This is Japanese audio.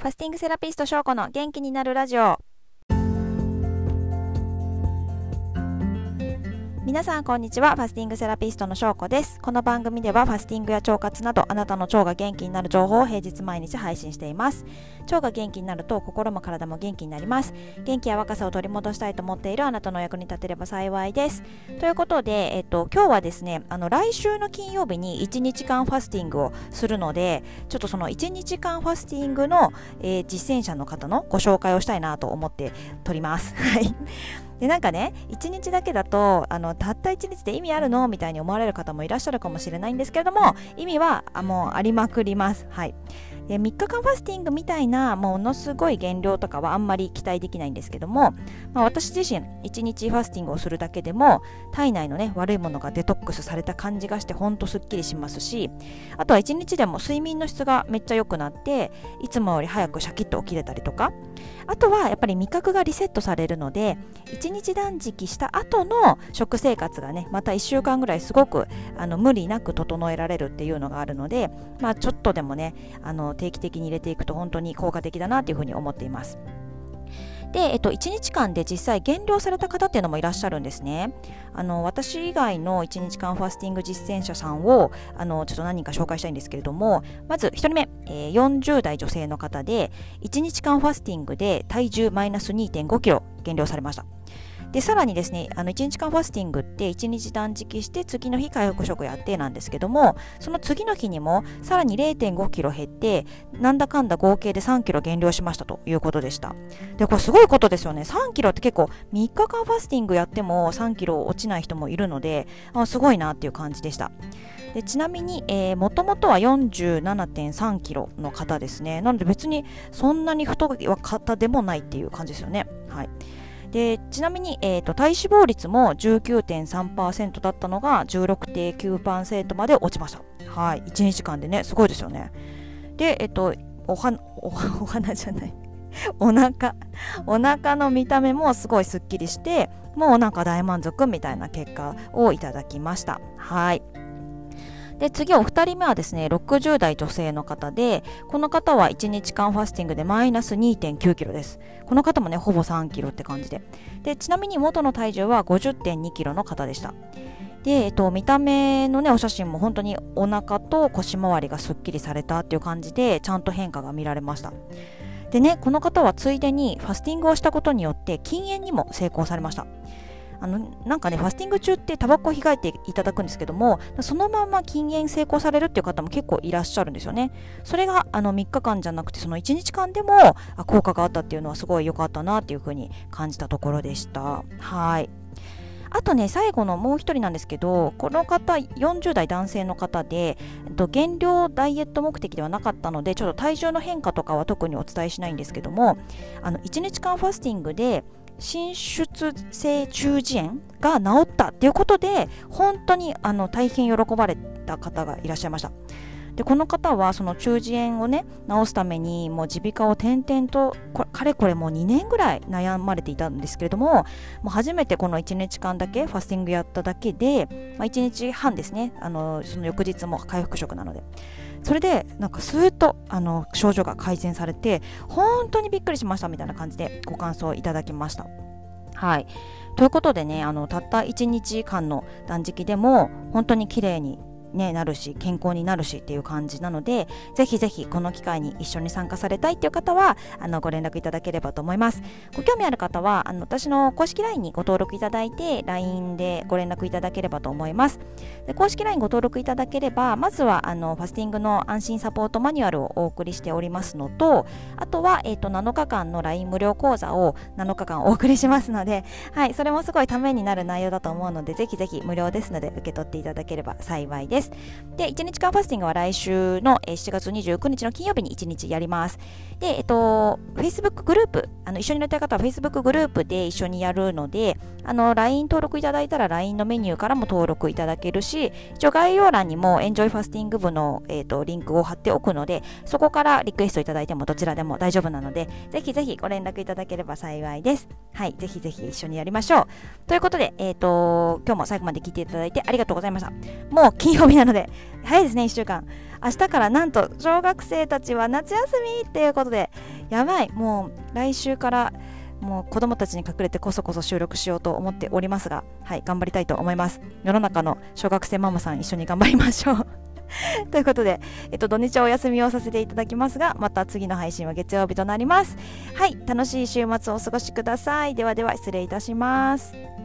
ファスティングセラピスト翔子の元気になるラジオ。皆さんこんにちは。ファスティングセラピストの翔子です。この番組ではファスティングや腸活などあなたの腸が元気になる情報を平日毎日配信しています。腸が元気になると心も体も元気になります。元気や若さを取り戻したいと思っているあなたのお役に立てれば幸いです。ということで、今日はですね、来週の金曜日に1日間ファスティングをするので、ちょっとその1日間ファスティングの、実践者の方のご紹介をしたいなと思って撮ります。はい。でなんかね、1日だけだとたった1日で意味あるのみたいに思われる方もいらっしゃるかもしれないんですけれども、意味はもうありまくります。はい。で3日間ファスティングみたいなものすごい減量とかはあんまり期待できないんですけども、私自身1日ファスティングをするだけでも体内のね悪いものがデトックスされた感じがしてほんとすっきりしますし、あとは1日でも睡眠の質がめっちゃ良くなっていつもより早くシャキッと起きれたりとか、あとはやっぱり味覚がリセットされるので1日断食した後の食生活がねまた1週間ぐらいすごく無理なく整えられるっていうのがあるので、ちょっとでもね定期的に入れていくと本当に効果的だなというふうに思っています。で、1日間で実際減量された方っていうのもいらっしゃるんですね。私以外の1日間ファスティング実践者さんをちょっと何人か紹介したいんですけれども、まず1人目、40代女性の方で1日間ファスティングで体重マイナス 2.5 キロ減量されました。でさらにですね、1日間ファスティングって1日断食して次の日回復食やってなんですけども、その次の日にもさらに 0.5 キロ減ってなんだかんだ合計で3キロ減量しましたということでした。でこれすごいことですよね。3キロって結構3日間ファスティングやっても3キロ落ちない人もいるので、すごいなっていう感じでした。でちなみにもともとは 47.3 キロの方ですね。なので別にそんなに太い方でもないっていう感じですよね。はい。でちなみに、体脂肪率も 19.3% だったのが 16.9% まで落ちました。はい、1日間でね、すごいですよね。で、お花じゃないお腹の見た目もすごいすっきりして、もうお腹大満足みたいな結果をいただきました。はい。で次お二人目はですね、60代女性の方で、この方は1日間ファスティングでマイナス 2.9 キロです。この方もねほぼ3キロって感じで、ちなみに元の体重は 50.2 キロの方でした。で、見た目のねお写真も本当にお腹と腰回りがすっきりされたっていう感じで、ちゃんと変化が見られました。でね、この方はついでにファスティングをしたことによって禁煙にも成功されました。なんかねファスティング中ってタバコを控えていただくんですけども、そのまま禁煙成功されるっていう方も結構いらっしゃるんですよね。それが3日間じゃなくてその1日間でも効果があったっていうのはすごい良かったなっていう風に感じたところでした。はい。あとね、最後のもう一人なんですけど、この方40代男性の方で、減量ダイエット目的ではなかったのでちょっと体重の変化とかは特にお伝えしないんですけども、1日間ファスティングで滲出性中耳炎が治ったっていうことで本当に大変喜ばれた方がいらっしゃいました。でこの方はその中耳炎をね治すためにもう耳鼻科を転々とかれこれもう2年ぐらい悩まれていたんですけれども、もう初めてこの1日間だけファスティングやっただけで、1日半ですね、その翌日も回復食なので、それでなんかスーッと症状が改善されて本当にびっくりしましたみたいな感じでご感想いただきました。はい。ということでね、たった1日間の断食でも本当に綺麗になるし健康になるしっていう感じなので、ぜひぜひこの機会に一緒に参加されたいっていう方はご連絡いただければと思います。ご興味ある方は私の公式 LINE にご登録いただいて LINE でご連絡いただければと思います。で公式 LINE ご登録いただければ、まずはファスティングの安心サポートマニュアルをお送りしておりますのと、あとは、7日間の LINE 無料講座を7日間お送りしますので、はい、それもすごいためになる内容だと思うので、ぜひぜひ無料ですので受け取っていただければ幸いです。で1日間ファスティングは来週の7月29日の金曜日に1日やります。で、Facebook グループ一緒にやりたい方は Facebook グループで一緒にやるので、LINE 登録いただいたら LINE のメニューからも登録いただけるし、一応概要欄にもエンジョイファスティング部の、リンクを貼っておくので、そこからリクエストいただいてもどちらでも大丈夫なので、ぜひぜひご連絡いただければ幸いです。はい、ぜひぜひ一緒にやりましょう。ということで、今日も最後まで聞いていただいてありがとうございました。もう金曜日なので早いですね、1週間。明日からなんと小学生たちは夏休みっていうことで、 やばい、もう来週からもう子供たちに隠れてこそこそ収録しようと思っておりますが、はい、頑張りたいと思います。世の中の小学生ママさん一緒に頑張りましょうということで、土日はお休みをさせていただきますが、また次の配信は月曜日となります。はい、楽しい週末をお過ごしください。ではでは失礼いたします。